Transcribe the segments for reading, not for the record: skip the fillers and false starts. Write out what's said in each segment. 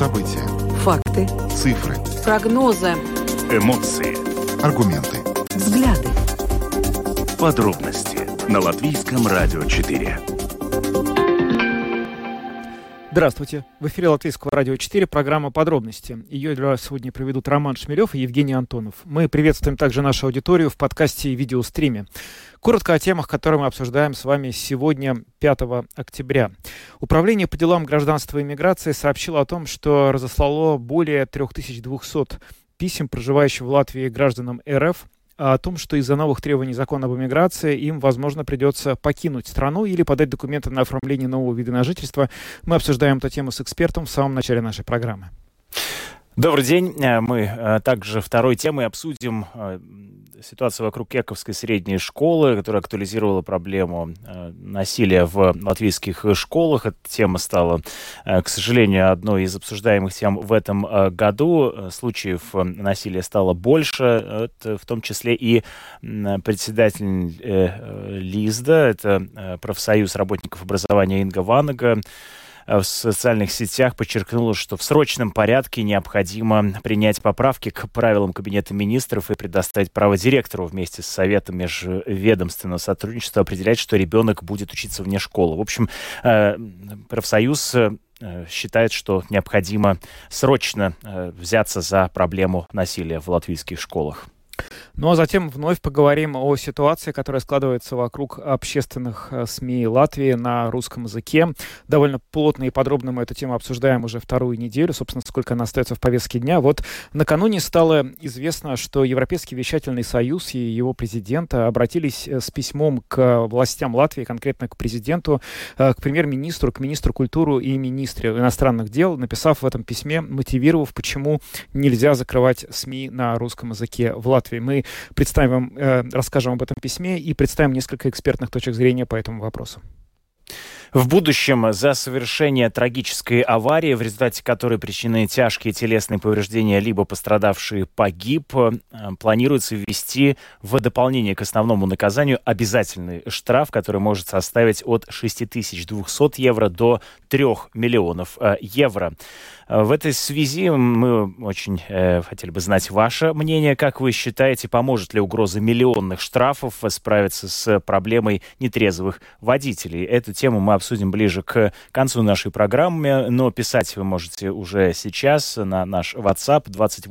События. Факты. Цифры. Прогнозы. Эмоции. Аргументы. Взгляды. Подробности на Латвийском радио 4. Здравствуйте. В эфире Латвийского радио 4 программа «Подробности». Ее для вас сегодня проведут Роман Шмелев и Евгений Антонов. Мы приветствуем также нашу аудиторию в подкасте и видеостриме. Коротко о темах, которые мы обсуждаем с вами сегодня, 5 октября. Управление по делам гражданства и миграции сообщило о том, что разослало более 3200 писем проживающим в Латвии гражданам РФ, о том, что из-за новых требований закона об иммиграции им, возможно, придется покинуть страну или подать документы на оформление нового вида на жительство. Мы обсуждаем эту тему с экспертом в самом начале нашей программы. Добрый день. Мы также второй темой обсудим ситуацию вокруг Кековской средней школы, которая актуализировала проблему насилия в латвийских школах. Эта тема стала, к сожалению, одной из обсуждаемых тем в этом году. Случаев насилия стало больше, это в том числе и председатель ЛИЗДА, это профсоюз работников образования Инга Ванага, в социальных сетях подчеркнула, что в срочном порядке необходимо принять поправки к правилам Кабинета министров и предоставить право директору вместе с Советом межведомственного сотрудничества определять, что ребенок будет учиться вне школы. В общем, профсоюз считает, что необходимо срочно взяться за проблему насилия в латвийских школах. Ну а затем вновь поговорим о ситуации, которая складывается вокруг общественных СМИ Латвии на русском языке. Довольно плотно и подробно мы эту тему обсуждаем уже вторую неделю, собственно, сколько она остается в повестке дня. Вот накануне стало известно, что Европейский вещательный союз и его президент обратились с письмом к властям Латвии, конкретно к президенту, к премьер-министру, к министру культуры и министру иностранных дел, написав в этом письме, мотивировав, почему нельзя закрывать СМИ на русском языке в Латвии. Мы представим, расскажем об этом письме и представим несколько экспертных точек зрения по этому вопросу. В будущем за совершение трагической аварии, в результате которой причинены тяжкие телесные повреждения, либо пострадавший погиб, планируется ввести в дополнение к основному наказанию обязательный штраф, который может составить от 6200 евро до 3 миллионов евро. В этой связи мы очень хотели бы знать ваше мнение. Как вы считаете, поможет ли угроза миллионных штрафов справиться с проблемой нетрезвых водителей? Эту тему мы обсудим ближе к концу нашей программы, но писать вы можете уже сейчас на наш WhatsApp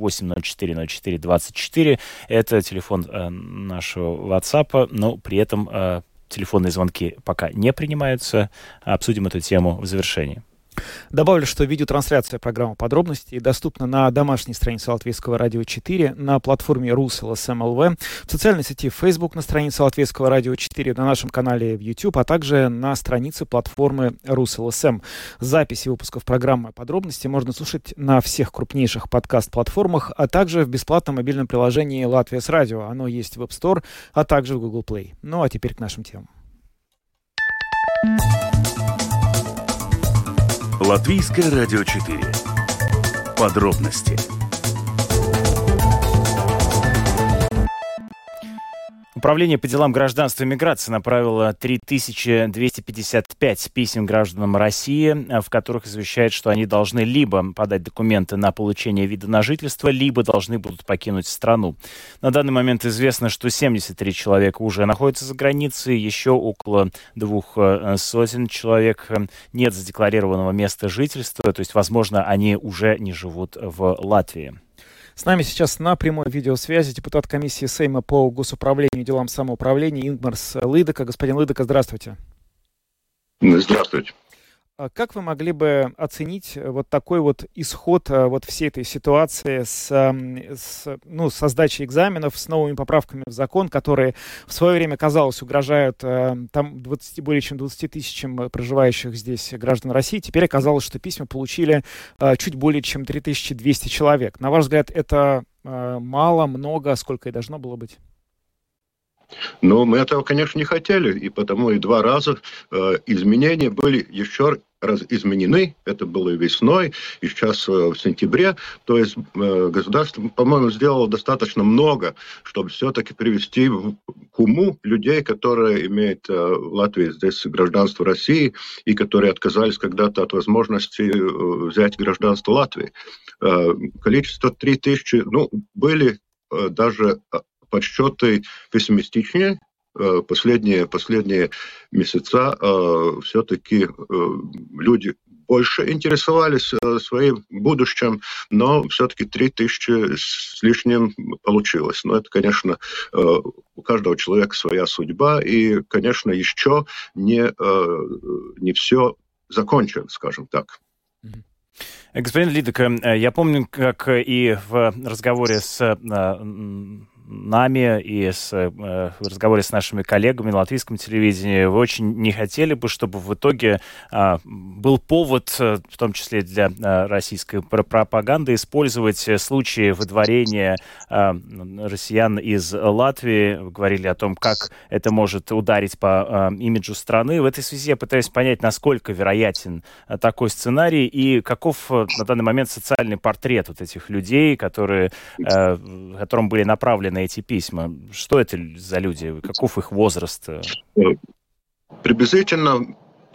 28040424. Это телефон нашего WhatsApp, но при этом телефонные звонки пока не принимаются. Обсудим эту тему в завершении. Добавлю, что видеотрансляция программы «Подробности» доступна на домашней странице Латвийского радио 4, на платформе РусЛСМ.ЛВ, в социальной сети Facebook на странице Латвийского радио 4, на нашем канале в YouTube, а также на странице платформы РусЛСМ. Записи выпусков программы «Подробности» можно слушать на всех крупнейших подкаст-платформах, а также в бесплатном мобильном приложении «Латвия с радио». Оно есть в App Store, а также в Google Play. Ну а теперь к нашим темам. Латвийское радио 4. Подробности. Управление по делам гражданства и миграции направило 3255 писем гражданам России, в которых извещает, что они должны либо подать документы на получение вида на жительство, либо должны будут покинуть страну. На данный момент известно, что 73 человека уже находятся за границей, еще около 200 человек нет задекларированного места жительства, то есть, возможно, они уже не живут в Латвии. С нами сейчас на прямой видеосвязи депутат комиссии Сейма по госуправлению и делам самоуправления Ингмарс Лыдака. Господин Лыдака, здравствуйте. Здравствуйте. Как вы могли бы оценить вот такой вот исход вот всей этой ситуации со сдачей экзаменов, с новыми поправками в закон, которые в свое время, казалось, угрожают там более чем 20 тысячам проживающих здесь граждан России? Теперь оказалось, что письма получили чуть более чем 3200 человек. На ваш взгляд, это мало, много, сколько и должно было быть? Но мы этого, конечно, не хотели, и потому и 2 раза изменения были еще изменены. Это было и весной, и сейчас в сентябре. То есть государство, по-моему, сделало достаточно много, чтобы все-таки привести к уму людей, которые имеют в Латвии здесь гражданство России и которые отказались когда-то от возможности взять гражданство Латвии. Количество 3000, были даже подсчеты пессимистичнее. Последние месяца все-таки люди больше интересовались своим будущим, но все-таки 3000 с лишним получилось. Но это, конечно, у каждого человека своя судьба, и, конечно, еще не все закончено, скажем так. Господин Лидок, я помню, как и в разговоре с нами и в разговоре с нашими коллегами на латвийском телевидении вы очень не хотели бы, чтобы в итоге был повод, в том числе для российской пропаганды, использовать случаи выдворения россиян из Латвии. Вы говорили о том, как это может ударить по имиджу страны. В этой связи я пытаюсь понять, насколько вероятен такой сценарий и каков на данный момент социальный портрет вот этих людей, которым были направлены эти письма. Что это за люди? Каков их возраст? Приблизительно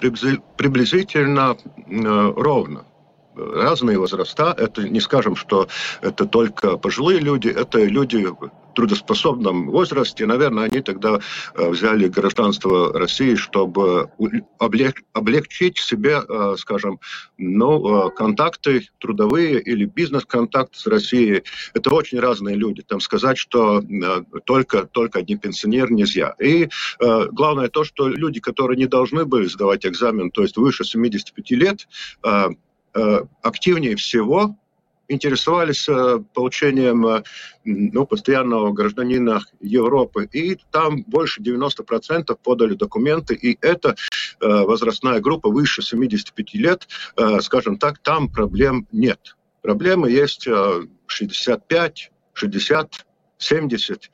ровно. Разные возраста. Это не скажем, что это только пожилые люди, это люди в трудоспособном возрасте. Наверное, они тогда взяли гражданство России, чтобы облегчить себе, скажем, контакты трудовые или бизнес-контакты с Россией. Это очень разные люди. Там сказать, что только одни пенсионеры нельзя. И главное то, что люди, которые не должны были сдавать экзамен, то есть выше 75 лет, активнее всего интересовались получением постоянного гражданина Европы. И там больше 90% подали документы. И эта возрастная группа выше 75 лет, скажем так, там проблем нет. Проблемы есть 65, 60, 70.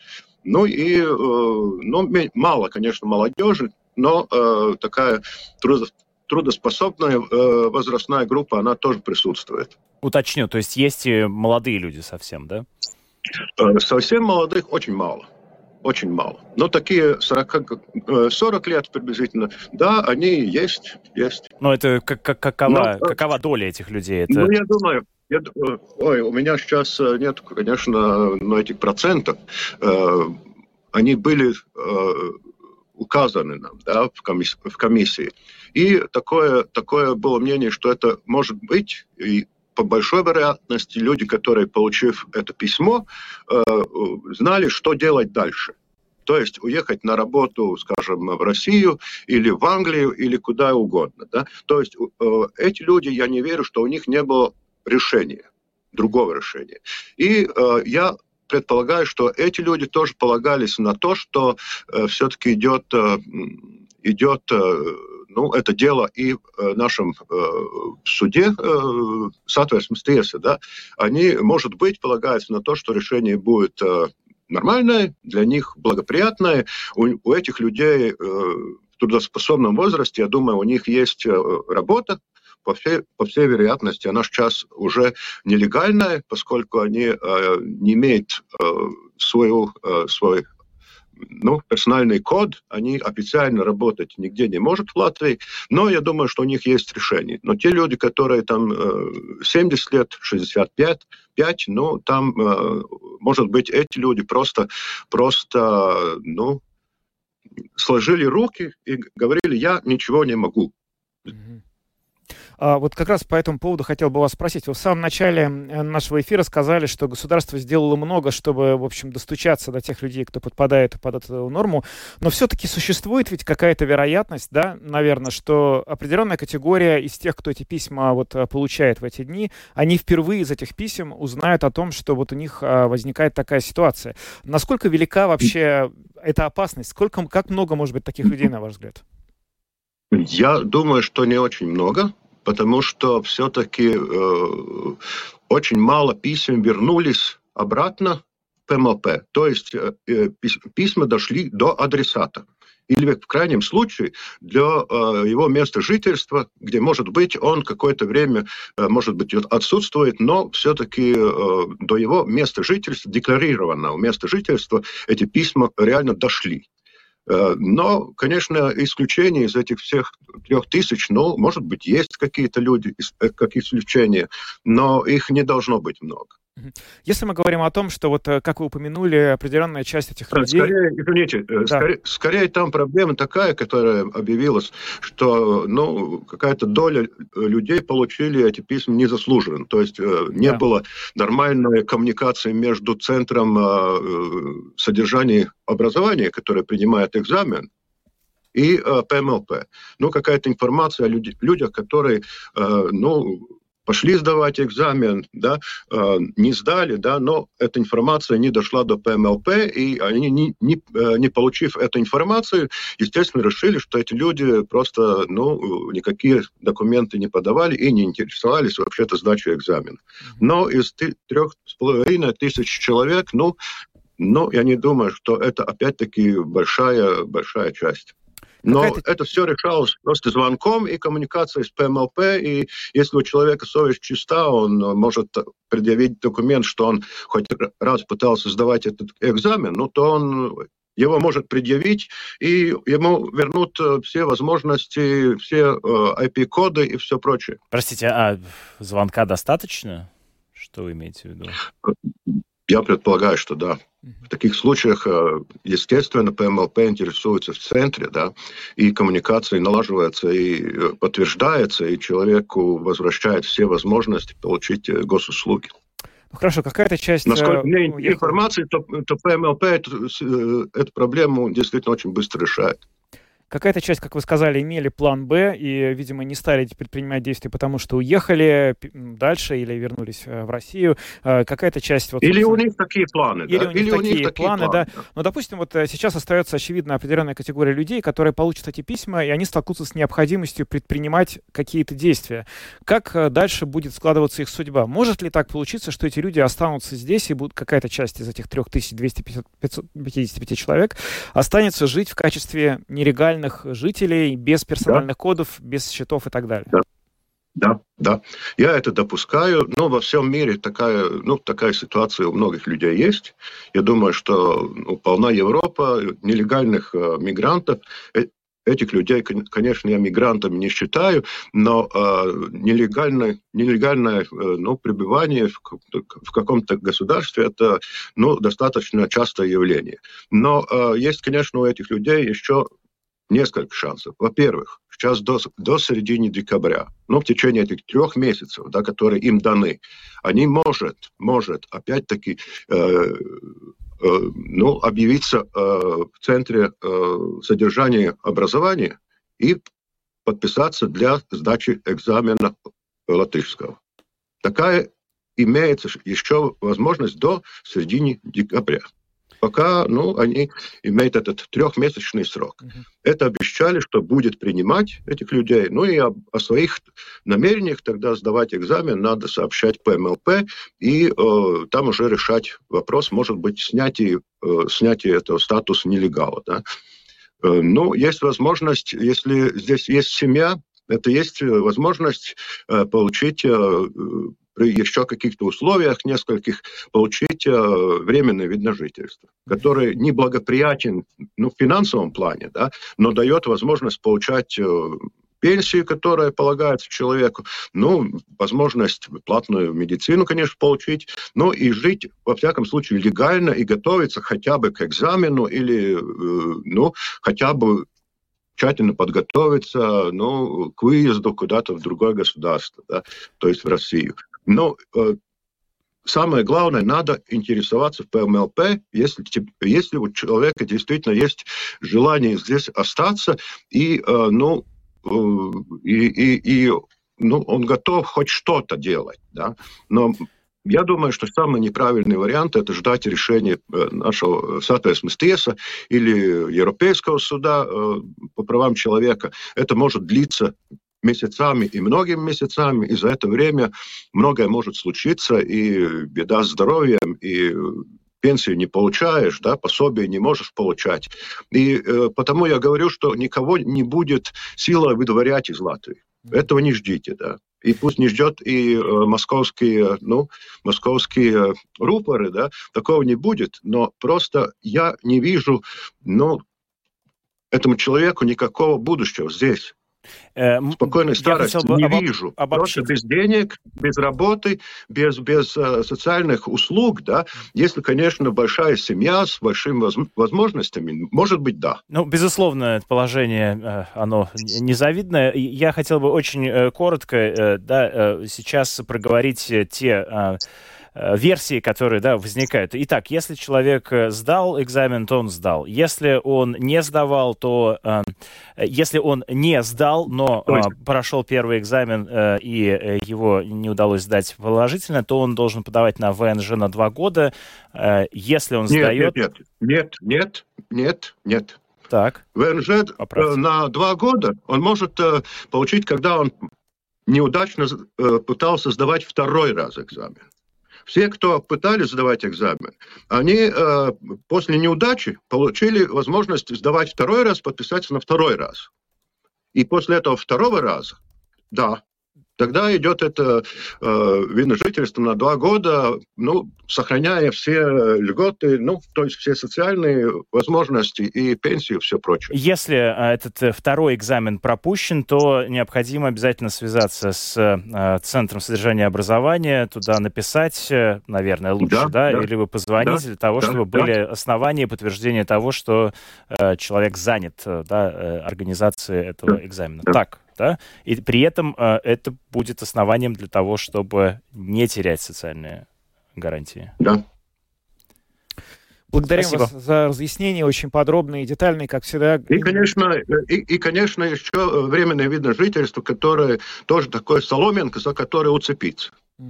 Мало, конечно, молодежи, но такая трудоспособная возрастная группа, она тоже присутствует. Уточню, то есть и молодые люди совсем, да? Совсем молодых очень мало. Очень мало. Но такие 40 лет приблизительно, да, они есть. Но это какова доля этих людей? Это... я думаю, у меня сейчас нет, конечно, этих процентов. Они были указаны нам, да, в комиссии. И такое было мнение, что это может быть, и по большой вероятности люди, которые, получив это письмо, знали, что делать дальше. То есть уехать на работу, скажем, в Россию или в Англию, или куда угодно. Да? То есть эти люди, я не верю, что у них не было другого решения. И я предполагаю, что эти люди тоже полагались на то, что все-таки идет это дело и в нашем суде, соответственно, tiesa, да, они, может быть, полагаются на то, что решение будет нормальное, для них благоприятное. У этих людей в трудоспособном возрасте, я думаю, у них есть работа. По всей вероятности, она сейчас уже нелегальная, поскольку они не имеют свой персональный код, они официально работать нигде не могут в Латвии, но я думаю, что у них есть решение. Но те люди, которые там 70 лет, 65, там, может быть, эти люди просто сложили руки и говорили, я ничего не могу. Вот как раз по этому поводу хотел бы вас спросить. Вы в самом начале нашего эфира сказали, что государство сделало много, чтобы, в общем, достучаться до тех людей, кто подпадает под эту норму. Но все-таки существует ведь какая-то вероятность, да, наверное, что определенная категория из тех, кто эти письма получает в эти дни, они впервые из этих писем узнают о том, что у них возникает такая ситуация. Насколько велика вообще эта опасность? Как много может быть таких людей, на ваш взгляд? Я думаю, что не очень много. Потому что все-таки очень мало писем вернулись обратно в ПМЛП. То есть письма дошли до адресата. Или, в крайнем случае, для его места жительства, где, может быть, он какое-то время, может быть, отсутствует, но все-таки до его места жительства, декларированного места жительства, эти письма реально дошли. Но, конечно, исключения из этих всех 3000, может быть, есть какие-то люди, как исключения, но их не должно быть много. Если мы говорим о том, что, вот, как вы упомянули, определенная часть этих людей... Скорее там проблема такая, которая объявилась, что какая-то доля людей получили эти письма незаслуженно. То есть не было нормальной коммуникации между центром содержания образования, который принимает экзамен, и ПМЛП. Какая-то информация о людях, которые, пошли сдавать экзамен, да, не сдали, да, но эта информация не дошла до ПМЛП, и они, не получив эту информацию, естественно, решили, что эти люди просто, никакие документы не подавали и не интересовались вообще-то сдачей экзамена. Но из 3500 человек, я не думаю, что это опять-таки большая часть. Но это все решалось просто звонком и коммуникацией с ПМЛП, и если у человека совесть чиста, он может предъявить документ, что он хоть раз пытался сдавать этот экзамен, то он его может предъявить, и ему вернут все возможности, все IP-коды и все прочее. Простите, а звонка достаточно? Что вы имеете в виду? Я предполагаю, что да. В таких случаях, естественно, ПМЛП интересуется в центре, да, и коммуникация налаживается и подтверждается, и человеку возвращает все возможности получить госуслуги. Хорошо, какая-то часть... Насколько мне информации, то ПМЛП эту проблему действительно очень быстро решает. Какая-то часть, как вы сказали, имели план «Б» и, видимо, не стали предпринимать действия, потому что уехали дальше или вернулись в Россию. Какая-то часть... Или у них такие планы, да? Или у них такие планы, да. Но, допустим, вот сейчас остается, очевидно, определенная категория людей, которые получат эти письма, и они столкнутся с необходимостью предпринимать какие-то действия. Как дальше будет складываться их судьба? Может ли так получиться, что эти люди останутся здесь, и будут какая-то часть из этих 3255 человек останется жить в качестве нелегальных жителей, без персональных кодов, без счетов и так далее? Да. Я это допускаю, но во всем мире такая ситуация у многих людей есть. Я думаю, что полна Европа нелегальных мигрантов. Этих людей, конечно, я мигрантами не считаю, но нелегальное пребывание в каком-то государстве – это достаточно частое явление. Но есть, конечно, у этих людей еще несколько шансов. Во-первых, сейчас до середины декабря, в течение этих 3 месяцев, да, которые им даны, они может опять-таки объявиться в центре содержания образования и подписаться для сдачи экзамена латышского. Такая имеется еще возможность до середины декабря. Пока они имеют этот 3-месячный срок. Это обещали, что будет принимать этих людей. И о своих намерениях тогда сдавать экзамен надо сообщать ПМЛП, и там уже решать вопрос, может быть, снятие этого статуса нелегала. Да? Есть возможность, если здесь есть семья, это есть возможность получить... при еще каких-то условиях нескольких получить временный вид на жительство, который неблагоприятен в финансовом плане, да, но дает возможность получать пенсию, которая полагается человеку, возможность платную медицину, конечно, получить, и жить, во всяком случае, легально и готовиться хотя бы к экзамену или, хотя бы тщательно подготовиться, к выезду куда-то в другое государство, да, то есть в Россию. Но самое главное, надо интересоваться в ПМЛП, если у человека действительно есть желание здесь остаться, и он готов хоть что-то делать. Да? Но я думаю, что самый неправильный вариант – это ждать решения нашего Satversmes tiesa или Европейского суда по правам человека. Это может длиться месяцами и многими месяцами, и за это время многое может случиться, и беда с здоровьем, и пенсию не получаешь, да, пособие не можешь получать. И потому я говорю, что никого не будет сила выдворять из Латвии. Этого не ждите, да. И пусть не ждет и московские рупоры, да, такого не будет. Но просто я не вижу, этому человеку никакого будущего здесь. Спокойной старости не вижу. Просто без денег, без работы, без социальных услуг, да. Если, конечно, большая семья с большими возможностями, может быть, да. Безусловно, это положение, оно незавидное. Я хотел бы очень коротко, сейчас проговорить те версии, которые, возникают. Итак, если человек сдал экзамен, то он сдал. Если он не сдавал, то... если он не сдал, но прошел первый экзамен и его не удалось сдать положительно, то он должен подавать на ВНЖ на 2 года. Если он сдает... Нет. Так. ВНЖ на 2 года он может получить, когда он неудачно пытался сдавать 2-й раз экзамен. Все, кто пытались сдавать экзамен, они после неудачи получили возможность сдавать 2-й раз, подписаться на 2-й раз. И после этого 2-го раза, тогда идет это вид на жительство на 2 года, сохраняя все льготы, то есть все социальные возможности и пенсию, все прочее. Если этот 2-й экзамен пропущен, то необходимо обязательно связаться с Центром содержания образования, туда написать, наверное, лучше, или вы позвонить для того, чтобы были основания подтверждения того, что человек занят организацией этого экзамена. Так. Да? И при этом это будет основанием для того, чтобы не терять социальные гарантии. Да. Благодарим вас за разъяснение, очень подробные и детальные, как всегда. И, конечно, еще временное вид на жительство, которое тоже такое соломинка, за которую уцепиться.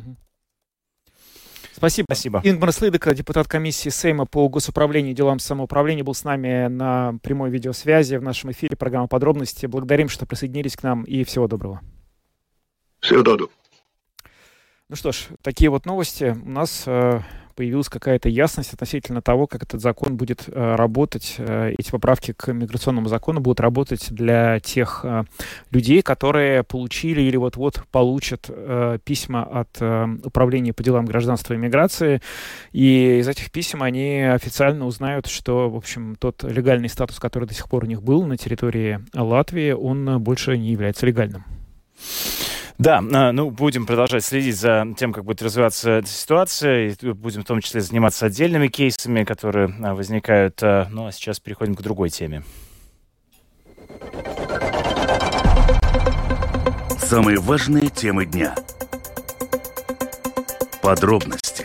Спасибо. Ингмар Слидек, депутат комиссии Сейма по госуправлению и делам самоуправления, был с нами на прямой видеосвязи в нашем эфире программы «Подробности». Благодарим, что присоединились к нам, и всего доброго. Всего доброго. Ну что ж, такие вот новости. У нас появилась какая-то ясность относительно того, как этот закон будет работать. Эти поправки к миграционному закону будут работать для тех людей, которые получили или вот-вот получат письма от Управления по делам гражданства и миграции. И из этих писем они официально узнают, что, в общем, тот легальный статус, который до сих пор у них был на территории Латвии, он больше не является легальным. Да, будем продолжать следить за тем, как будет развиваться эта ситуация. И будем в том числе заниматься отдельными кейсами, которые возникают. А сейчас переходим к другой теме. Самые важные темы дня. Подробности.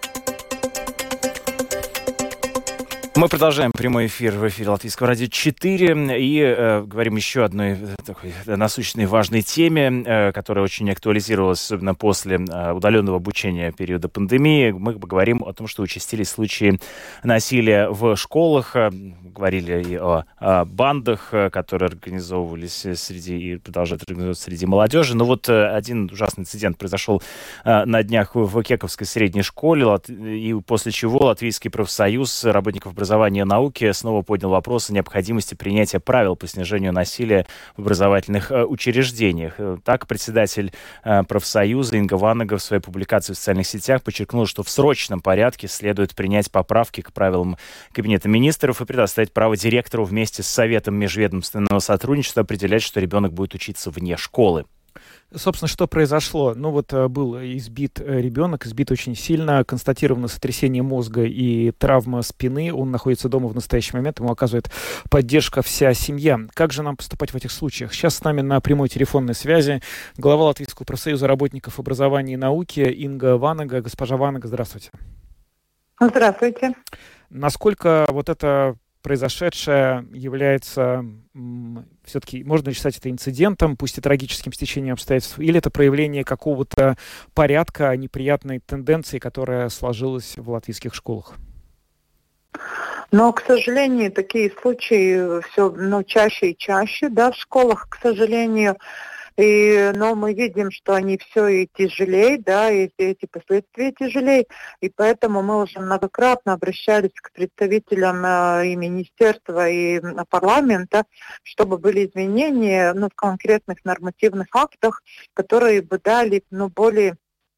Мы продолжаем прямой эфир в эфире Латвийского радио 4 и говорим еще о одной такой насущной важной теме, которая очень актуализировалась, особенно после удаленного обучения периода пандемии. Мы говорим о том, что участились случаи насилия в школах. Говорили и о бандах, которые организовывались и продолжают организовываться среди молодежи. Но один ужасный инцидент произошел на днях в Кековской средней школе, и после чего Латвийский профсоюз работников образования и науки снова поднял вопрос о необходимости принятия правил по снижению насилия в образовательных учреждениях. Так, председатель профсоюза Инга Ванага в своей публикации в социальных сетях подчеркнула, что в срочном порядке следует принять поправки к правилам Кабинета министров и предоставить право директору вместе с Советом межведомственного сотрудничества определять, что ребенок будет учиться вне школы. Собственно, что произошло? Был избит ребенок, избит очень сильно, констатировано сотрясение мозга и травма спины. Он находится дома в настоящий момент, ему оказывает поддержка вся семья. Как же нам поступать в этих случаях? Сейчас с нами на прямой телефонной связи глава Латвийского профсоюза работников образования и науки Инга Ванага. Госпожа Ванага, здравствуйте. Здравствуйте. Насколько это произошедшее является все-таки, можно ли считать это инцидентом, пусть и трагическим стечением обстоятельств, или это проявление какого-то порядка, неприятной тенденции, которая сложилась в латвийских школах? Но, к сожалению, такие случаи все чаще и чаще, в школах, к сожалению. Но мы видим, что они все и тяжелее, да, и эти последствия тяжелее. И поэтому мы уже многократно обращались к представителям и министерства, и парламента, чтобы были изменения в конкретных нормативных актах, которые бы дали больше,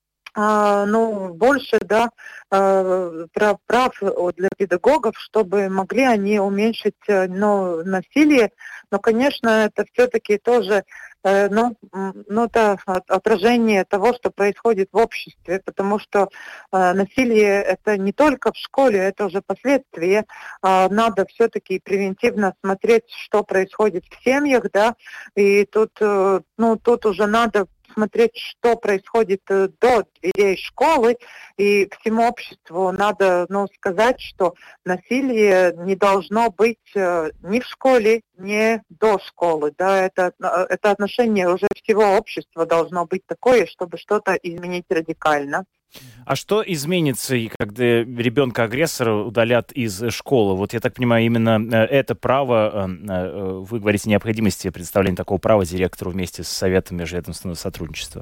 да, прав для педагогов, чтобы могли они уменьшить насилие. Но, конечно, это все-таки тоже это отражение того, что происходит в обществе, потому что насилие это не только в школе, это уже последствия. Надо все-таки превентивно смотреть, что происходит в семьях, да, и тут уже надо смотреть, что происходит до дверей школы, и всему обществу надо сказать, что насилие не должно быть ни в школе, ни до школы. Да? Это отношение уже всего общества должно быть такое, чтобы что-то изменить радикально. А что изменится, когда ребенка-агрессора удалят из школы? Вот я так понимаю, именно это право, вы говорите о необходимости предоставления такого права директору вместе с Советом межведомственного сотрудничества.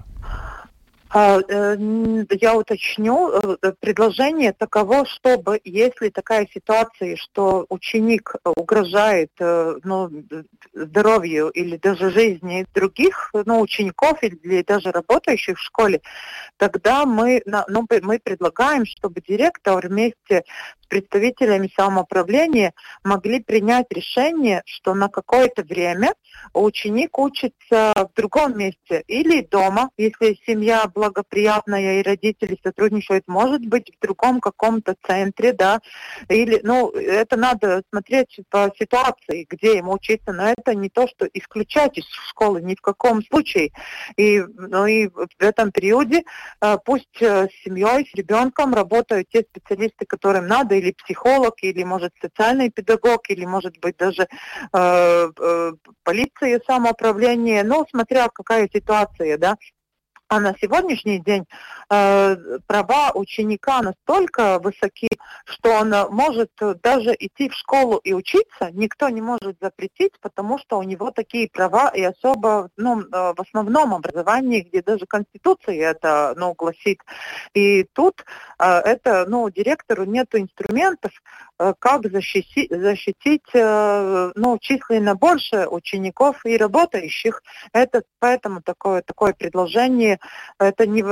Я уточню, предложение таково, чтобы, если такая ситуация, что ученик угрожает здоровью или даже жизни других учеников или даже работающих в школе, тогда мы предлагаем, чтобы директор вместе с представителями самоуправления могли принять решение, что на какое-то время ученик учится в другом месте или дома, если семья благоприятная и родители сотрудничают, может быть, в другом каком-то центре, да, или, это надо смотреть по ситуации, где ему учиться, но это не то, что исключать из школы ни в каком случае. И в этом периоде пусть с семьей, с ребенком работают те специалисты, которым надо, или психолог, или, может, социальный педагог, или, может быть, даже полиция, самоуправление, смотря какая ситуация, да. А на сегодняшний день права ученика настолько высоки, что он может даже идти в школу и учиться, никто не может запретить, потому что у него такие права и особо в основном образовании, где даже Конституция это гласит. И тут директору нет инструментов, как защитить численно больше учеников и работающих. Это поэтому такое предложение. Это не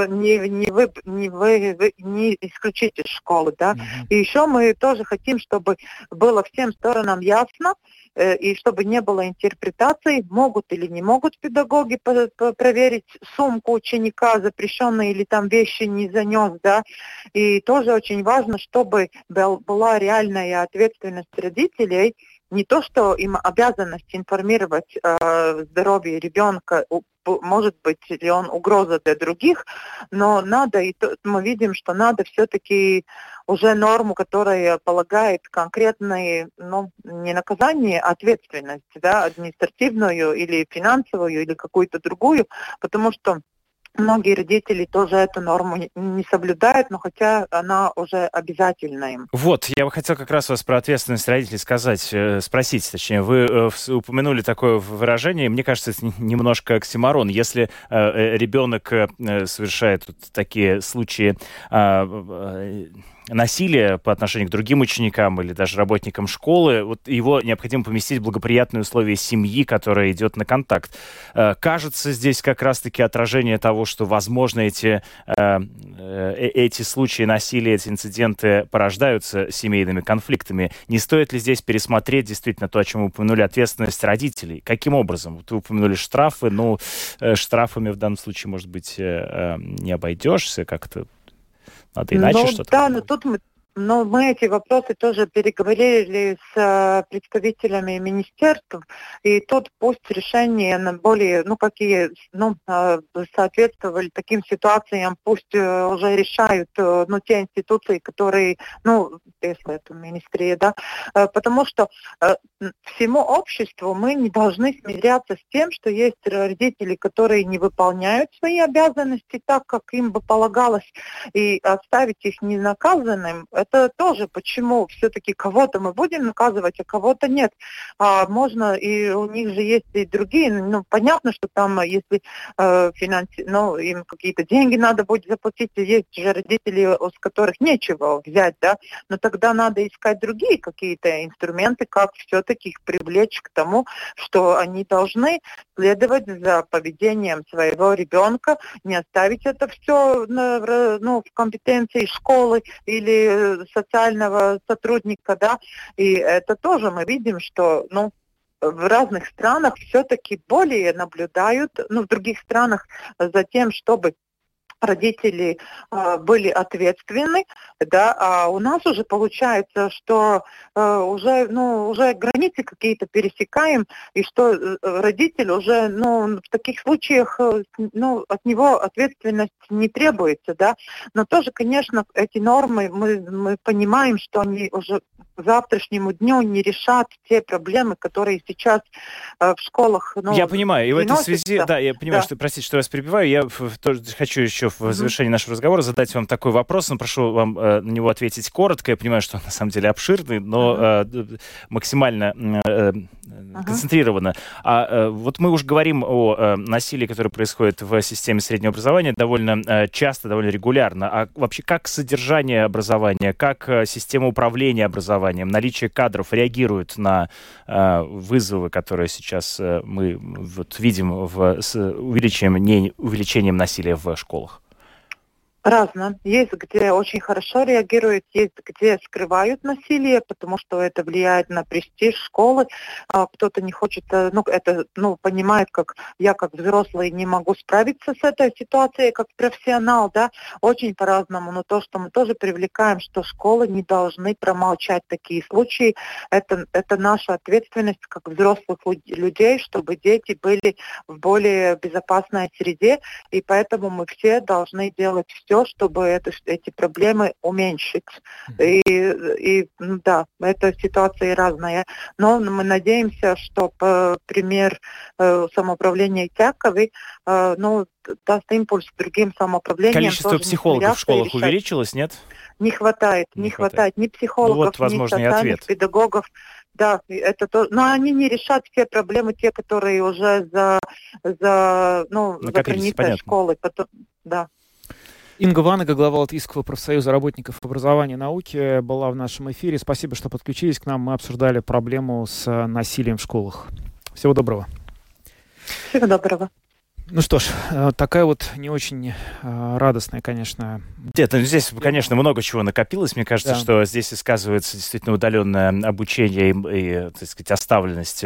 исключить из школы, да. Mm-hmm. И еще мы тоже хотим, чтобы было всем сторонам ясно, и чтобы не было интерпретаций, могут или не могут педагоги проверить сумку ученика, запрещенные или там вещи не занес, да. И тоже очень важно, чтобы была реальная ответственность родителей, не то, что им обязанность информировать о здоровье ребенка, может быть ли он угроза для других, но надо, мы видим, что надо все-таки уже норму, которая полагает конкретные, не наказание, а ответственность, да, административную или финансовую, или какую-то другую, потому что многие родители тоже эту норму не соблюдают, но хотя она уже обязательна им. Вот, я бы хотел как раз вас про ответственность родителей спросить, точнее, вы упомянули такое выражение, мне кажется, это немножко оксиморон. Если ребенок совершает такие случаи насилия по отношению к другим ученикам или даже работникам школы, вот его необходимо поместить в благоприятные условия семьи, которая идет на контакт. Кажется, здесь как раз-таки отражение того, что, возможно, эти случаи насилия, эти инциденты порождаются семейными конфликтами. Не стоит ли здесь пересмотреть действительно то, о чем вы упомянули, ответственность родителей? Каким образом? Вот вы упомянули штрафы, штрафами в данном случае, может быть, не обойдешься как-то. Надо иначе что-то. Да, но тут мы эти вопросы тоже переговорили с представителями министерств, и тут пусть решения более, какие, соответствовали таким ситуациям, пусть уже решают, те институции, которые, если это министрия, да, потому что всему обществу мы не должны смиряться с тем, что есть родители, которые не выполняют свои обязанности так, как им бы полагалось, и оставить их ненаказанным, это тоже почему все-таки кого-то мы будем наказывать, а кого-то нет. Можно, и у них же есть и другие, понятно, что там, если им какие-то деньги надо будет заплатить, есть же родители, с которых нечего взять, да, но тогда надо искать другие какие-то инструменты, как все-таки их привлечь к тому, что они должны следовать за поведением своего ребенка, не оставить это все в компетенции школы или социального сотрудника, да, и это тоже мы видим, что, в разных странах все-таки более наблюдают, в других странах за тем, чтобы родители были ответственны, да, а у нас уже получается, что уже границы какие-то пересекаем, и что родитель уже, в таких случаях, от него ответственность не требуется, да, но тоже, конечно, эти нормы, мы понимаем, что они уже к завтрашнему дню не решат те проблемы, которые сейчас в школах. Я понимаю, и в этой связи, да, я понимаю, да. что, простите, что я вас перебиваю, я тоже хочу еще в завершении нашего разговора задать вам такой вопрос, но прошу вам на него ответить коротко. Я понимаю, что он на самом деле обширный, но максимально концентрированно. Вот мы уже говорим о насилии, которое происходит в системе среднего образования довольно часто, довольно регулярно. А вообще как содержание образования, как система управления образованием, наличие кадров реагирует на вызовы, которые сейчас мы видим с увеличением насилия в школах? Разно. Есть, где очень хорошо реагируют, есть, где скрывают насилие, потому что это влияет на престиж школы. Кто-то не хочет, понимает, как я, как взрослый, не могу справиться с этой ситуацией, как профессионал, да, очень по-разному. Но то, что мы тоже привлекаем, что школы не должны промолчать такие случаи, это наша ответственность, как взрослых людей, чтобы дети были в более безопасной среде, и поэтому мы все должны делать все, чтобы эти проблемы уменьшить. И эта ситуация разная. Но мы надеемся, что пример самоуправления Тяковой даст импульс другим самоуправлениям. Количество психологов в школах увеличилось, нет? Не хватает ни психологов, ни социальных педагогов. Да, это то, но они не решат все проблемы, те, которые уже за границей школы. Потом, да. Инга Ванага, глава Латвийского профсоюза работников образования и науки, была в нашем эфире. Спасибо, что подключились к нам. Мы обсуждали проблему с насилием в школах. Всего доброго. Всего доброго. Ну что ж, такая вот не очень радостная, конечно... Нет, здесь, конечно, много чего накопилось. Мне кажется, что здесь и сказывается действительно удаленное обучение и, так сказать, оставленность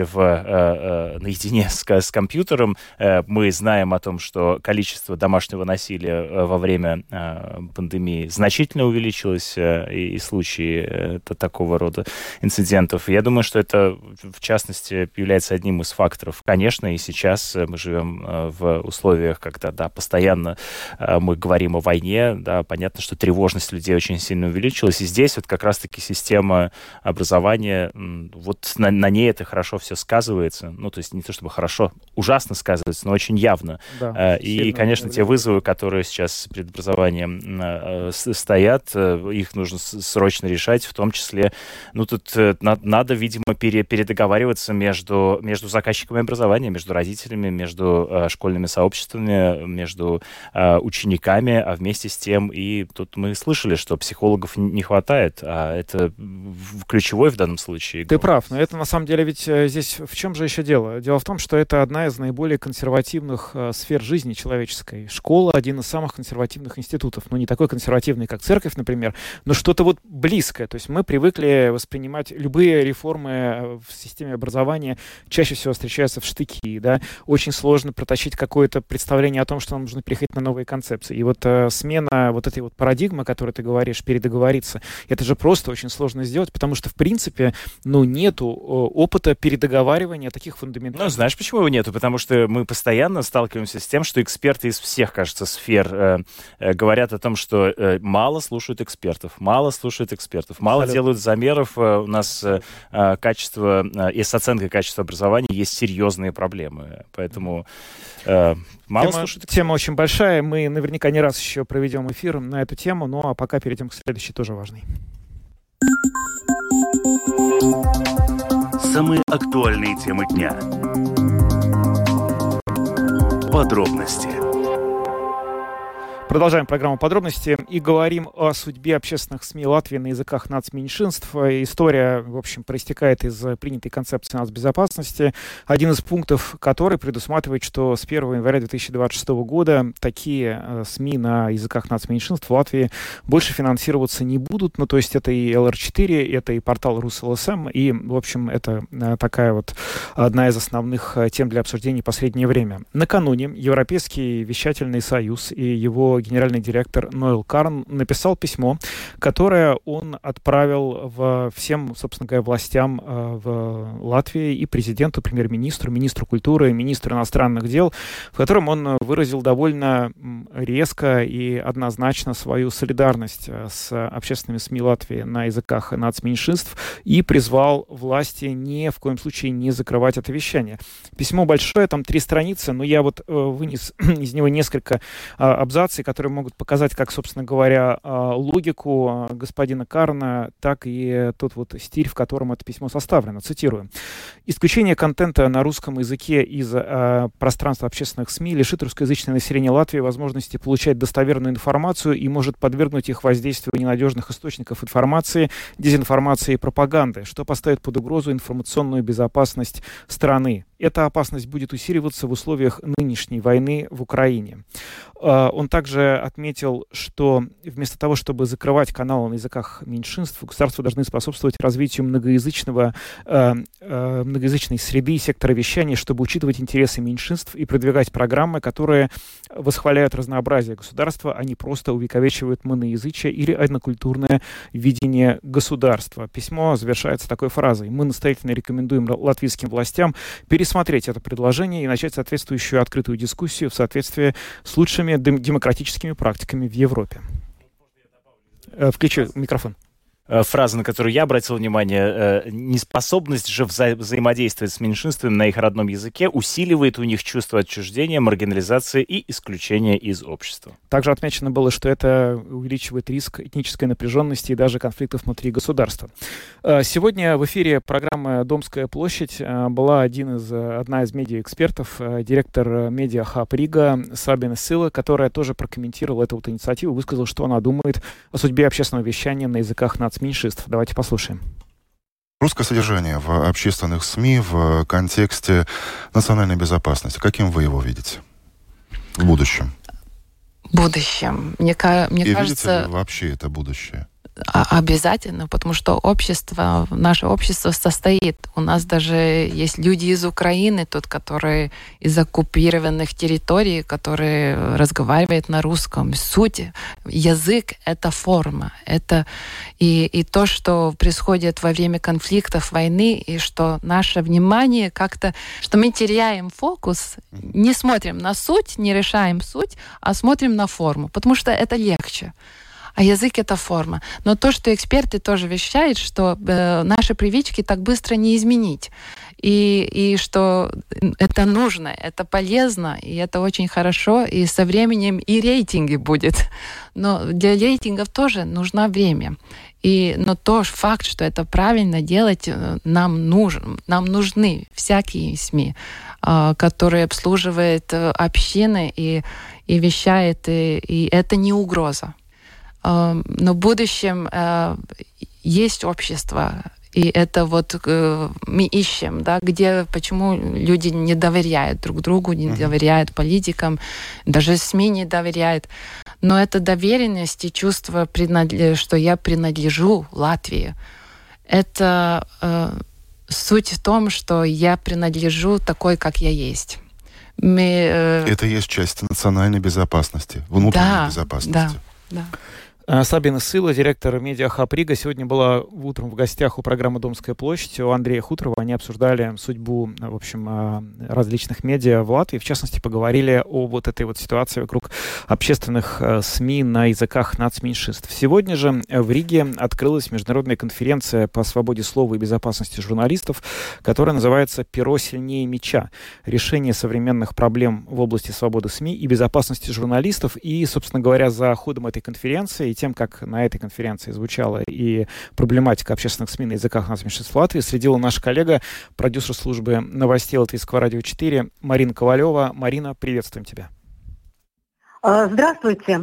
наедине с компьютером. Мы знаем о том, что количество домашнего насилия во время пандемии значительно увеличилось, и случаи такого рода инцидентов. Я думаю, что это, в частности, является одним из факторов. Конечно, и сейчас мы живем в условиях, когда, постоянно мы говорим о войне, понятно, что тревожность людей очень сильно увеличилась, и здесь вот как раз-таки система образования, вот на ней это хорошо все сказывается, то есть не то чтобы хорошо, ужасно сказывается, но очень явно. Да, и, конечно, те вызовы, которые сейчас перед образованием стоят, их нужно срочно решать, в том числе, тут надо, видимо, передоговариваться между заказчиками образования, между родителями, между школьными сообществами, между учениками, а вместе с тем и тут мы слышали, что психологов не хватает, а это ключевой в данном случае. Ты прав, но это на самом деле ведь здесь в чем же еще дело? Дело в том, что это одна из наиболее консервативных сфер жизни человеческой. Школа — один из самых консервативных институтов. Не такой консервативный, как церковь, например, но что-то вот близкое. То есть мы привыкли воспринимать любые реформы в системе образования, чаще всего встречаются в штыки, да. Очень сложно протащить какое-то представление о том, что нам нужно переходить на новые концепции. И вот смена вот этой вот парадигмы, о которой ты говоришь, передоговориться, это же просто очень сложно сделать, потому что, в принципе, нету опыта передоговаривания таких фундаментальных. Знаешь, почему его нету? Потому что мы постоянно сталкиваемся с тем, что эксперты из всех, кажется, сфер говорят о том, что мало слушают экспертов, мало делают замеров. У нас качество и с оценкой качества образования есть серьезные проблемы. Поэтому мало слушают экспертов. Тема очень большая. Мы наверняка не раз еще проведем эфир на эту тему, а пока перейдем к следующей, тоже важной. Самые актуальные темы дня. Подробности. Продолжаем программу «Подробности» и говорим о судьбе общественных СМИ Латвии на языках нацменьшинств. История, в общем, проистекает из принятой концепции нацбезопасности, один из пунктов которой предусматривает, что с 1 января 2026 года такие СМИ на языках нацменьшинств в Латвии больше финансироваться не будут. Ну, то есть это и ЛР4, это и портал РусЛСМ, и, в общем, это такая вот одна из основных тем для обсуждения в последнее время. Накануне Европейский вещательный союз и его генеральный директор Ноэл Карн написал письмо, которое он отправил всем, собственно говоря, властям в Латвии и президенту, премьер-министру, министру культуры, министру иностранных дел, в котором он выразил довольно резко и однозначно свою солидарность с общественными СМИ Латвии на языках нацменьшинств и призвал власти ни в коем случае не закрывать это вещание. Письмо большое, там 3 страницы, но я вот вынес из него несколько абзаций, которые могут показать как, собственно говоря, логику господина Карна, так и тот вот стиль, в котором это письмо составлено. Цитирую. «Исключение контента на русском языке из пространства общественных СМИ лишит русскоязычное население Латвии возможности получать достоверную информацию и может подвергнуть их воздействию ненадежных источников информации, дезинформации и пропаганды, что поставит под угрозу информационную безопасность страны. Эта опасность будет усиливаться в условиях нынешней войны в Украине». Он также отметил, что вместо того, чтобы закрывать каналы на языках меньшинств, государства должны способствовать развитию многоязычной среды и сектора вещания, чтобы учитывать интересы меньшинств и продвигать программы, которые восхваляют разнообразие государства, а не просто увековечивают моноязычие или однокультурное видение государства. Письмо завершается такой фразой: «Мы настоятельно рекомендуем латвийским властям пересмотреть это предложение и начать соответствующую открытую дискуссию в соответствии с лучшими демократическими практиками в Европе». Включи микрофон. Фраза, на которую я обратил внимание, неспособность же взаимодействовать с меньшинствами на их родном языке усиливает у них чувство отчуждения, маргинализации и исключения из общества. Также отмечено было, что это увеличивает риск этнической напряженности и даже конфликтов внутри государства. Сегодня в эфире программы «Домская площадь» была одна из медиаэкспертов, директор медиахаб Рига Сабина Сила, которая тоже прокомментировала эту вот инициативу, высказала, что она думает о судьбе общественного вещания на языках нацменьшинств. Давайте послушаем. Русское содержание в общественных СМИ в контексте национальной безопасности. Каким вы его видите в будущем? В будущем. Мне кажется... Видите ли вообще это будущее? Обязательно, потому что наше общество состоит. У нас даже есть люди из Украины, которые из оккупированных территорий, которые разговаривают на русском. Суть, язык — это форма. Это и то, что происходит во время конфликтов, войны, и что наше внимание как-то, что мы теряем фокус, не смотрим на суть, не решаем суть, а смотрим на форму, потому что это легче. А язык — это форма. Но то, что эксперты тоже вещают, что наши привычки так быстро не изменить. И что это нужно, это полезно, и это очень хорошо, и со временем и рейтинги будет. Но для рейтингов тоже нужно время. Но тот факт, что это правильно делать, нам нужны всякие СМИ, которые обслуживают общины и вещают, и это не угроза. Но в будущем есть общество, и это вот мы ищем, да, почему люди не доверяют друг другу, не доверяют политикам, даже СМИ не доверяют. Но это доверенность и чувство, что я принадлежу Латвии. Это суть в том, что я принадлежу такой, как я есть. Это есть часть национальной безопасности, внутренней безопасности. Да. Сабина Сила, директор медиахаб Рига, сегодня была утром в гостях у программы «Домская площадь» у Андрея Хуторова. Они обсуждали судьбу, в общем, различных медиа в Латвии. В частности, поговорили о вот этой вот ситуации вокруг общественных СМИ на языках нацменьшинств. Сегодня же в Риге открылась международная конференция по свободе слова и безопасности журналистов, которая называется «Перо сильнее меча. Решение современных проблем в области свободы СМИ и безопасности журналистов». И, собственно говоря, за ходом этой конференции тем, как на этой конференции звучала и проблематика общественных СМИ на языках нацменьшинств Латвии, следила наша коллега, продюсер службы новостей Латвийского радио 4 Марина Ковалева. Марина, приветствуем тебя. Здравствуйте.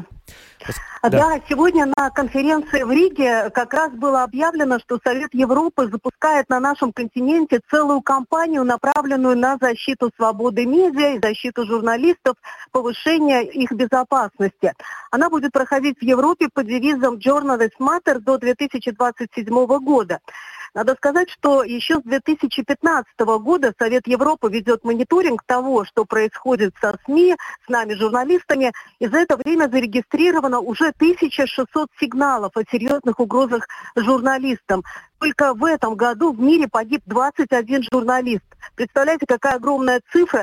Да, сегодня на конференции в Риге как раз было объявлено, что Совет Европы запускает на нашем континенте целую кампанию, направленную на защиту свободы медиа и защиту журналистов, повышение их безопасности. Она будет проходить в Европе под девизом «Journalists Matter» до 2027 года. Надо сказать, что еще с 2015 года Совет Европы ведет мониторинг того, что происходит со СМИ, с нами, журналистами, и за это время зарегистрировано уже 1600 сигналов о серьезных угрозах журналистам. Только в этом году в мире погиб 21 журналист. Представляете, какая огромная цифра?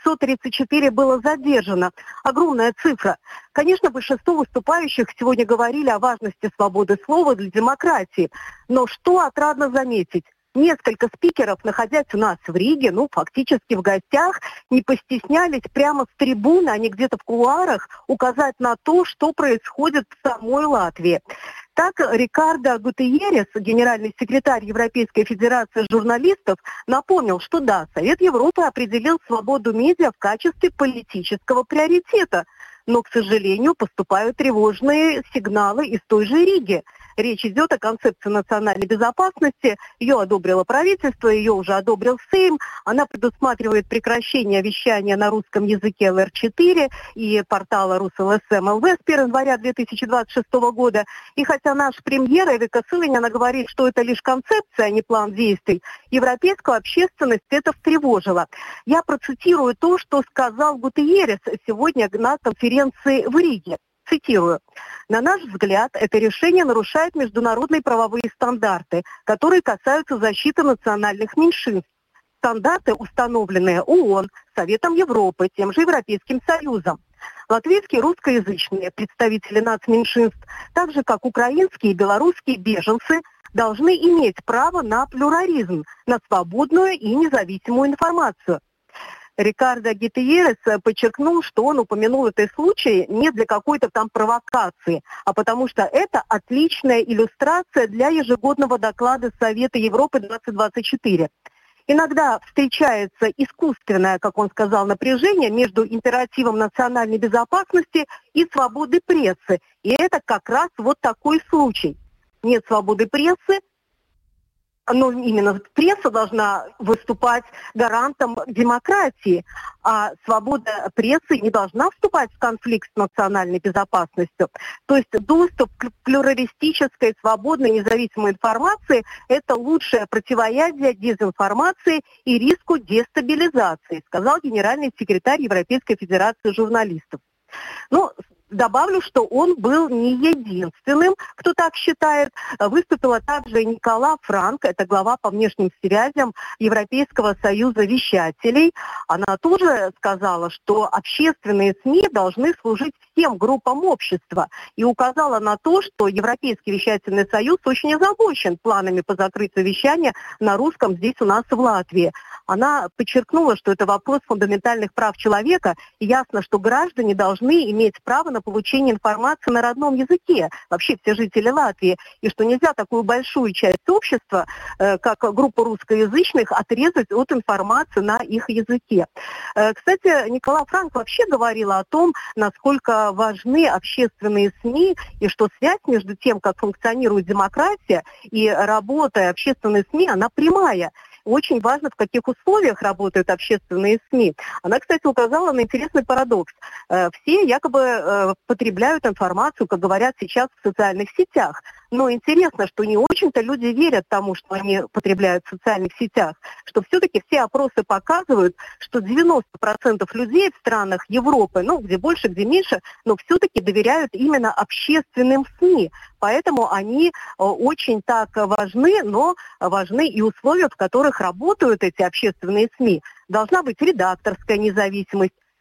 534 было задержано. Огромная цифра. Конечно, большинство выступающих сегодня говорили о важности свободы слова для демократии. Но что отрадно заметить? Несколько спикеров, находясь у нас в Риге, фактически в гостях, не постеснялись прямо с трибуны, а не где-то в кулуарах, указать на то, что происходит в самой Латвии. Так, Рикардо Гутиерес, генеральный секретарь Европейской Федерации журналистов, напомнил, что да, Совет Европы определил свободу медиа в качестве политического приоритета. Но, к сожалению, поступают тревожные сигналы из той же Риги. Речь идет о концепции национальной безопасности. Ее одобрило правительство, ее уже одобрил Сейм. Она предусматривает прекращение вещания на русском языке ЛР4 и портала РусЛСМ ЛВ с 1 января 2026 года. И хотя наш премьер Эвика Сылиняна говорит, что это лишь концепция, а не план действий, европейскую общественность это встревожило. Я процитирую то, что сказал Гутиерес сегодня на конференции в Риге. Цитирую. «На наш взгляд, это решение нарушает международные правовые стандарты, которые касаются защиты национальных меньшинств. Стандарты, установленные ООН, Советом Европы, тем же Европейским Союзом. Латвийские русскоязычные представители нацменьшинств, так же как украинские и белорусские беженцы, должны иметь право на плюрализм, на свободную и независимую информацию». Рикардо Гутиерес подчеркнул, что он упомянул этот случай не для какой-то там провокации, а потому что это отличная иллюстрация для ежегодного доклада Совета Европы 2024. Иногда встречается искусственное, как он сказал, напряжение между императивом национальной безопасности и свободой прессы. И это как раз вот такой случай. Нет свободы прессы, но именно пресса должна выступать гарантом демократии, а свобода прессы не должна вступать в конфликт с национальной безопасностью. То есть доступ к плюралистической, свободной, независимой информации – это лучшее противоядие дезинформации и риску дестабилизации, сказал генеральный секретарь Европейской Федерации журналистов. Добавлю, что он был не единственным, кто так считает. Выступила также Никола Франк, это глава по внешним связям Европейского союза вещателей. Она тоже сказала, что общественные СМИ должны служить всем группам общества. И указала на то, что Европейский вещательный союз очень озабочен планами по закрытию вещания на русском здесь у нас в Латвии. Она подчеркнула, что это вопрос фундаментальных прав человека, и ясно, что граждане должны иметь право на получение информации на родном языке, вообще все жители Латвии, и что нельзя такую большую часть общества, как группа русскоязычных, отрезать от информации на их языке. Кстати, Никола Франк вообще говорила о том, насколько важны общественные СМИ, и что связь между тем, как функционирует демократия, и работой общественных СМИ, она прямая. Очень важно, в каких условиях работают общественные СМИ. Она, кстати, указала на интересный парадокс. Все якобы потребляют информацию, как говорят сейчас, в социальных сетях. Но интересно, что не очень-то люди верят тому, что они потребляют в социальных сетях, что все-таки все опросы показывают, что 90% людей в странах Европы, где больше, где меньше, но все-таки доверяют именно общественным СМИ. Поэтому они очень так важны, но важны и условия, в которых работают эти общественные СМИ. Должна быть редакторская независимость,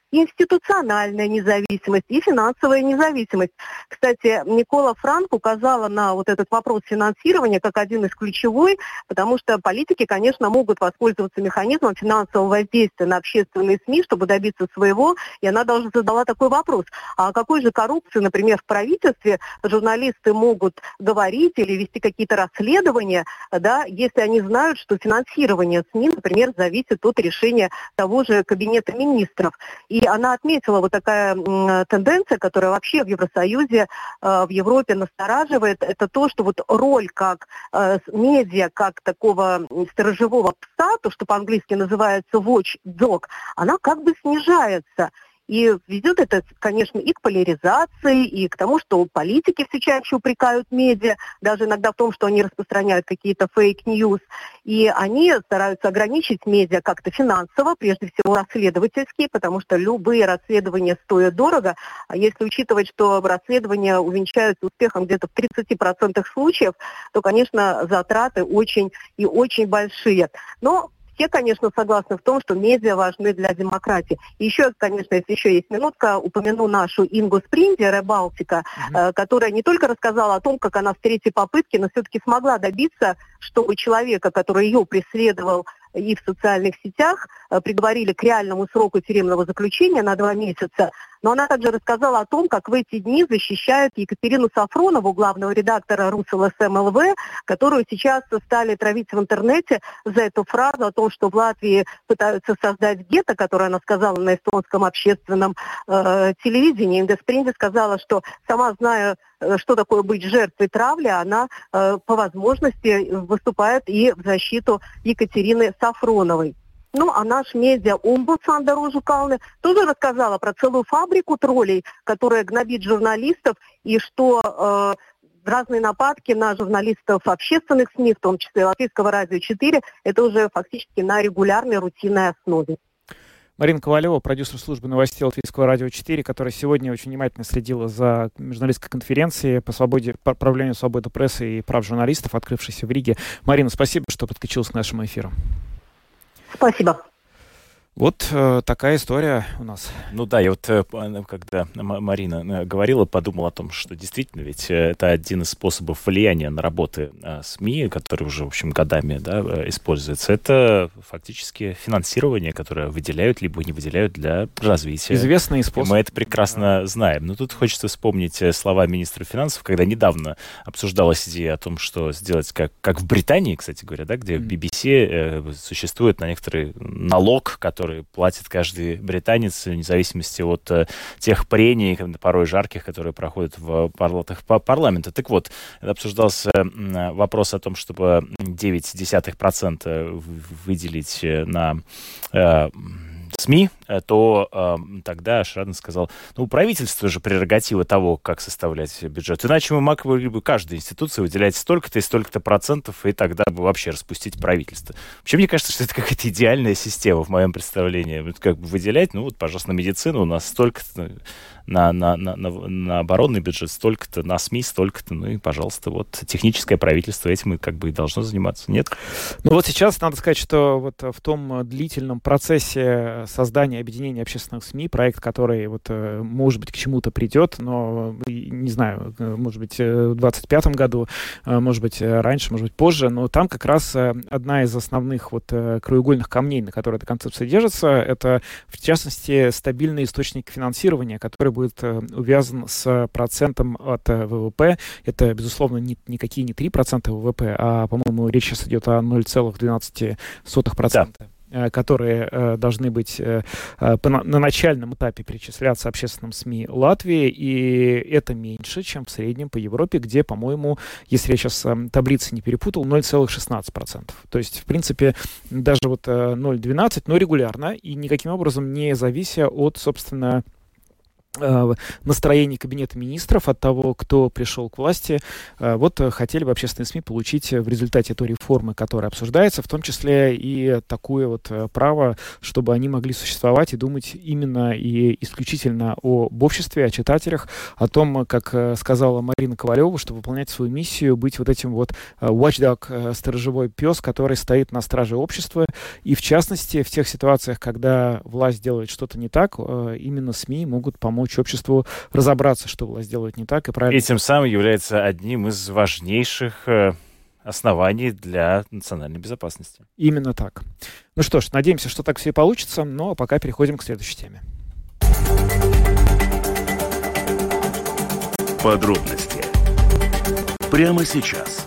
институциональная независимость и финансовая независимость. Кстати, Никола Франк указала на вот этот вопрос финансирования как один из ключевой, потому что политики, конечно, могут воспользоваться механизмом финансового воздействия на общественные СМИ, чтобы добиться своего. И она даже задала такой вопрос. А о какой же коррупции, например, в правительстве журналисты могут говорить или вести какие-то расследования, да, если они знают, что финансирование СМИ, например, зависит от решения того же Кабинета министров. И она отметила вот такая тенденция, которая вообще в Евросоюзе, в Европе настораживает, это то, что вот роль как медиа, как такого сторожевого пса, то, что по-английски называется watchdog, она как бы снижается. И ведет это, конечно, и к поляризации, и к тому, что политики все чаще упрекают медиа, даже иногда в том, что они распространяют какие-то фейк-ньюс. И они стараются ограничить медиа как-то финансово, прежде всего расследовательские, потому что любые расследования стоят дорого. А если учитывать, что расследования увенчаются успехом где-то в 30% случаев, то, конечно, затраты очень и очень большие. Но все, конечно, согласны в том, что медиа важны для демократии. И еще, конечно, если еще есть минутка, упомяну нашу Ингу Спринди, Ребалтика, которая не только рассказала о том, как она в третьей попытке, но все-таки смогла добиться, чтобы человека, который ее преследовал и в социальных сетях, приговорили к реальному сроку тюремного заключения на 2 месяца. Но она также рассказала о том, как в эти дни защищают Екатерину Сафронову, главного редактора РусЛСМ-ЛВ, которую сейчас стали травить в интернете за эту фразу о том, что в Латвии пытаются создать гетто, которую она сказала на эстонском общественном телевидении. Инга Спринди сказала, что сама зная, что такое быть жертвой травли, она по возможности выступает и в защиту Екатерины Сафроновой. Ну, а наш медиа-омбудсмен Дора Жукална тоже рассказала про целую фабрику троллей, которая гнобит журналистов, и что разные нападки на журналистов общественных СМИ, в том числе Латвийского радио 4, это уже фактически на регулярной, рутинной основе. Марина Ковалева, продюсер службы новостей Латвийского радио 4, которая сегодня очень внимательно следила за журналистской конференцией по правлению свободы прессы и прав журналистов, открывшейся в Риге. Марина, спасибо, что подключилась к нашему эфиру. Спасибо. Вот такая история у нас. Ну да, я вот, когда Марина говорила, подумал о том, что действительно ведь это один из способов влияния на работы СМИ, который уже, в общем, годами, да, используется. Это фактически финансирование, которое выделяют, либо не выделяют для развития. Известный способ. Мы это прекрасно знаем. Но тут хочется вспомнить слова министра финансов, когда недавно обсуждалась идея о том, что сделать как в Британии, кстати говоря, да, где в BBC существует на некоторый налог, который платит каждый британец, вне зависимости от тех прений, порой жарких, которые проходят в палатах парламента. Так вот, обсуждался вопрос о том, чтобы 0,9% выделить на СМИ, то тогда Шраден сказал, ну, у правительства же прерогатива того, как составлять бюджет. Иначе мы могли бы каждой институции выделять столько-то и столько-то процентов, и тогда бы вообще распустить правительство. Вообще, мне кажется, что это какая-то идеальная система в моем представлении. Как бы выделять, ну, вот, пожалуйста, на медицину у нас столько-то, на оборонный бюджет столько-то, на СМИ столько-то, ну и, пожалуйста, вот техническое правительство этим и как бы и должно заниматься, нет? Ну вот сейчас надо сказать, что вот в том длительном процессе создания объединения общественных СМИ, проект, который вот, может быть, к чему-то придет, но, не знаю, может быть, в 2025 году, может быть, раньше, может быть, позже, но там как раз одна из основных вот краеугольных камней, на которой эта концепция держится, это, в частности, стабильный источник финансирования, который будет увязан с процентом от ВВП. Это, безусловно, никакие не 3% ВВП, а, по-моему, речь сейчас идет о 0,12%. Да. Которые должны быть на начальном этапе перечисляться общественным СМИ Латвии, и это меньше, чем в среднем по Европе, где, по-моему, если я сейчас таблицы не перепутал, 0,16%. То есть, в принципе, даже вот 0,12, но регулярно, и никаким образом не завися от, собственно, настроение Кабинета министров, от того, кто пришел к власти. Вот хотели бы общественные СМИ получить в результате той реформы, которая обсуждается, в том числе и такое вот право, чтобы они могли существовать и думать именно и исключительно об обществе, о читателях, о том, как сказала Марина Ковалева, что выполнять свою миссию, быть вот этим вот watchdog, сторожевой пес, который стоит на страже общества. И в частности, в тех ситуациях, когда власть делает что-то не так, именно СМИ могут помочь обществу разобраться, что власть делает не так и правильно. И тем самым является одним из важнейших оснований для национальной безопасности. Именно так. Ну что ж, надеемся, что так все и получится, но пока переходим к следующей теме. Подробности прямо сейчас.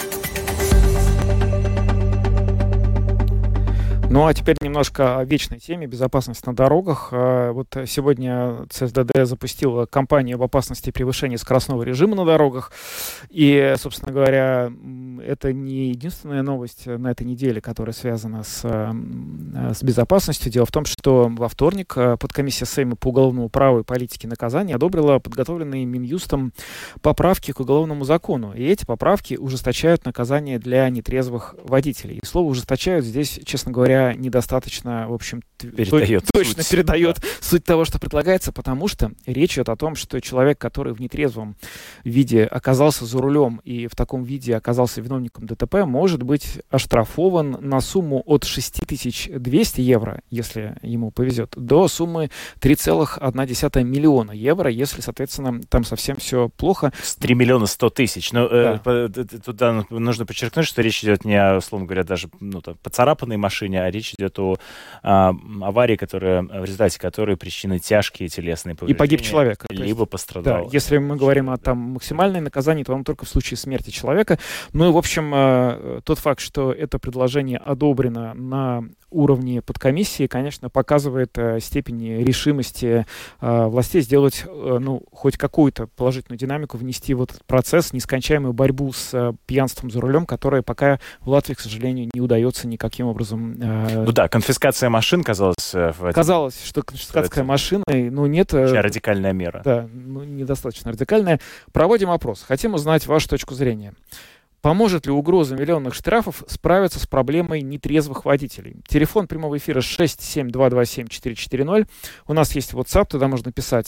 Ну а теперь немножко о вечной теме безопасности на дорогах. Вот сегодня ЦСДД запустила кампанию об опасности превышения скоростного режима на дорогах. И, собственно говоря, это не единственная новость на этой неделе, которая связана с безопасностью. Дело в том, что во вторник подкомиссия Сейма по уголовному праву и политике наказания одобрила подготовленные Минюстом поправки к уголовному закону. И эти поправки ужесточают наказание для нетрезвых водителей. И слово «ужесточают» здесь, честно говоря, недостаточно, в общем, точно передает суть того, что предлагается, потому что речь идет о том, что человек, который в нетрезвом виде оказался за рулем и в таком виде оказался виновником ДТП, может быть оштрафован на сумму от 6200 евро, если ему повезет, до суммы 3,1 миллиона евро, если, соответственно, там совсем все плохо. 3 миллиона 100 тысяч. Но туда нужно подчеркнуть, что речь идет не о, условно говоря, даже поцарапанной машине, а речь идет о аварии, в результате которой причинены тяжкие телесные повреждения. И погиб человек. Либо пострадал. Да, если мы говорим о максимальном наказании, то оно только в случае смерти человека. Ну и, в общем, тот факт, что это предложение одобрено на уровне подкомиссии, конечно, показывает степень решимости властей сделать, хоть какую-то положительную динамику, внести в этот процесс, нескончаемую борьбу с пьянством за рулем, которая пока в Латвии, к сожалению, не удается никаким образом. Конфискация машин казалось, что конфискация машины, нет. Очень радикальная мера. Да, недостаточно радикальная. Проводим опрос. Хотим узнать вашу точку зрения. Поможет ли угроза миллионных штрафов справиться с проблемой нетрезвых водителей? Телефон прямого эфира 67227-440. У нас есть WhatsApp, туда можно писать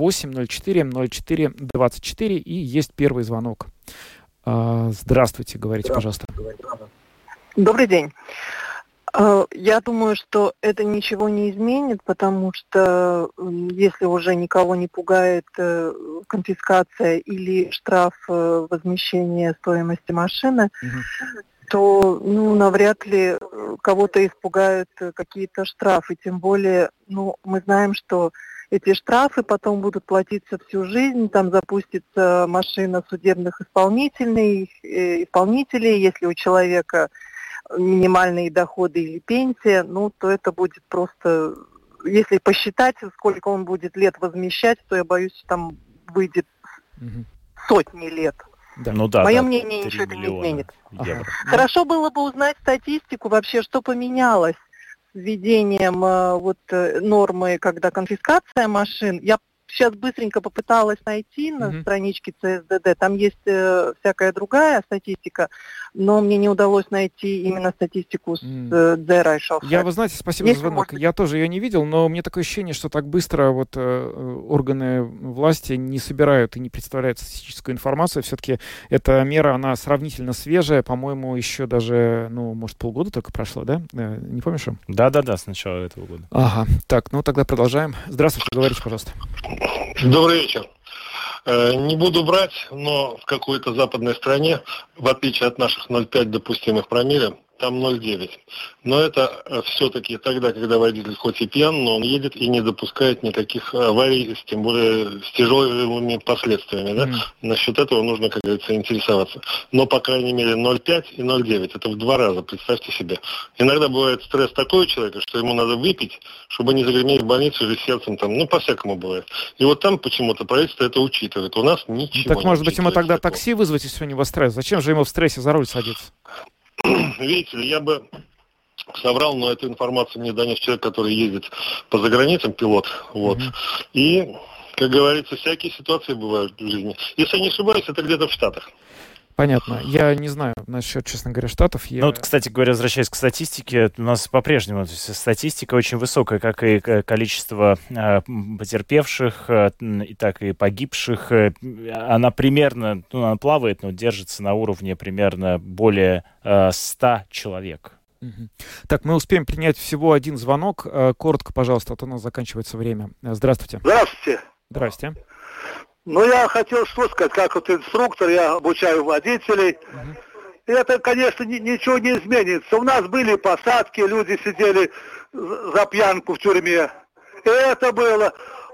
2804-04-24, и есть первый звонок. Здравствуйте, говорите, пожалуйста. Добрый день. Я думаю, что это ничего не изменит, потому что если уже никого не пугает конфискация или штраф возмещения стоимости машины, то навряд ли кого-то испугают какие-то штрафы. Тем более, мы знаем, что эти штрафы потом будут платиться всю жизнь, там запустится машина судебных исполнителей, если у человека минимальные доходы или пенсия, то это будет просто, если посчитать, сколько он будет лет возмещать, то я боюсь, что там выйдет сотни лет. Да. Мое мнение ничего это не изменит. Хорошо было бы узнать статистику вообще, что поменялось с введением нормы, когда конфискация машин. Я сейчас быстренько попыталась найти на страничке ЦСДД, там есть всякая другая статистика, но мне не удалось найти именно статистику с Дзерайшов. Вы знаете, спасибо за звонок. Я тоже ее не видел, но мне такое ощущение, что так быстро органы власти не собирают и не представляют статистическую информацию. Все-таки эта мера, она сравнительно свежая, по-моему, еще даже, может, полгода только прошло, да? Не помнишь? Да, с начала этого года. Ага, так, тогда продолжаем. Здравствуйте, говорите, пожалуйста. Добрый вечер. Не буду брать, но в какой-то западной стране, в отличие от наших 0,5 допустимых промилле, там 0,9. Но это все-таки тогда, когда водитель хоть и пьян, но он едет и не допускает никаких аварий, тем более с тяжелыми последствиями. Да? Насчет этого нужно, как говорится, интересоваться. Но, по крайней мере, 0,5 и 0,9. Это в 2 раза, представьте себе. Иногда бывает стресс такой у человека, что ему надо выпить, чтобы не загреметь в больницу или сердцем. По-всякому бывает. И там почему-то правительство это учитывает. У нас ничего так, может быть, ему тогда такси вызвать, если у него стресс? Зачем же ему в стрессе за руль садиться? Видите ли, я бы соврал, но эту информацию мне донес человек, который ездит по заграницам, пилот. И Как говорится, всякие ситуации бывают в жизни. Если не ошибаюсь, это где-то в Штатах. Понятно. Я не знаю насчет, честно говоря, Штатов. Ну вот, кстати говоря, возвращаясь к статистике, у нас по-прежнему статистика очень высокая, как и количество потерпевших, и так и погибших. Она примерно, она плавает, но держится на уровне примерно более 100 человек. Так, мы успеем принять всего один звонок. Коротко, пожалуйста, а то у нас заканчивается время. Здравствуйте. Здравствуйте. Здрасте. Ну, я хотел что сказать, как вот инструктор, я обучаю водителей. И это, конечно, ничего не изменится. У нас были посадки, люди сидели за пьянку в тюрьме. И это было.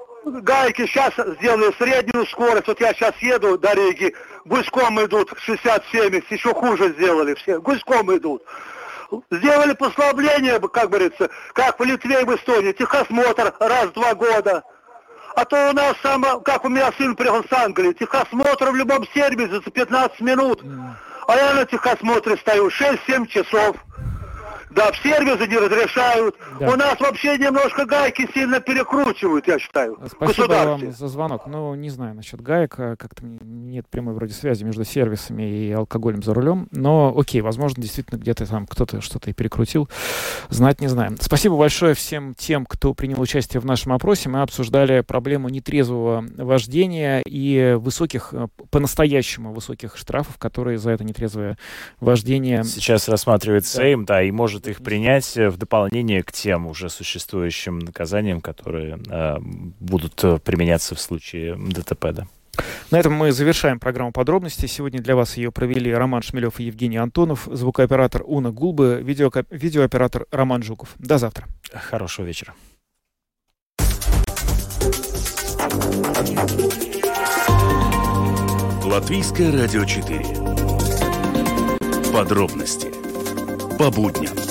Гайки сейчас сделали среднюю скорость. Вот я сейчас еду до Риги, гуськом идут 60-70, еще хуже сделали все. Гуськом идут. Сделали послабление, как говорится, как в Литве и в Эстонии. Техосмотр раз в 2 года. А то у нас, как у меня сын приехал с Англии, техосмотр в любом сервисе за 15 минут. А я на техосмотре стою 6-7 часов. Да, в сервисы не разрешают. Да. У нас вообще немножко гайки сильно перекручивают, я считаю. Спасибо вам за звонок. Ну, не знаю насчет гаек. Как-то нет прямой вроде связи между сервисами и алкоголем за рулем. Но окей, возможно, действительно где-то там кто-то что-то и перекрутил. Знать не знаем. Спасибо большое всем тем, кто принял участие в нашем опросе. Мы обсуждали проблему нетрезвого вождения и высоких, по-настоящему высоких штрафов, которые за это нетрезвое вождение... Сейчас рассматривает Сейм, да, и может их принять в дополнение к тем уже существующим наказаниям, которые будут применяться в случае ДТП. Да. На этом мы завершаем программу «Подробности». Сегодня для вас ее провели Роман Шмелев и Евгений Антонов, звукооператор Уна Гулбы, видеооператор Роман Жуков. До завтра. Хорошего вечера. Латвийское радио 4. Подробности по будням.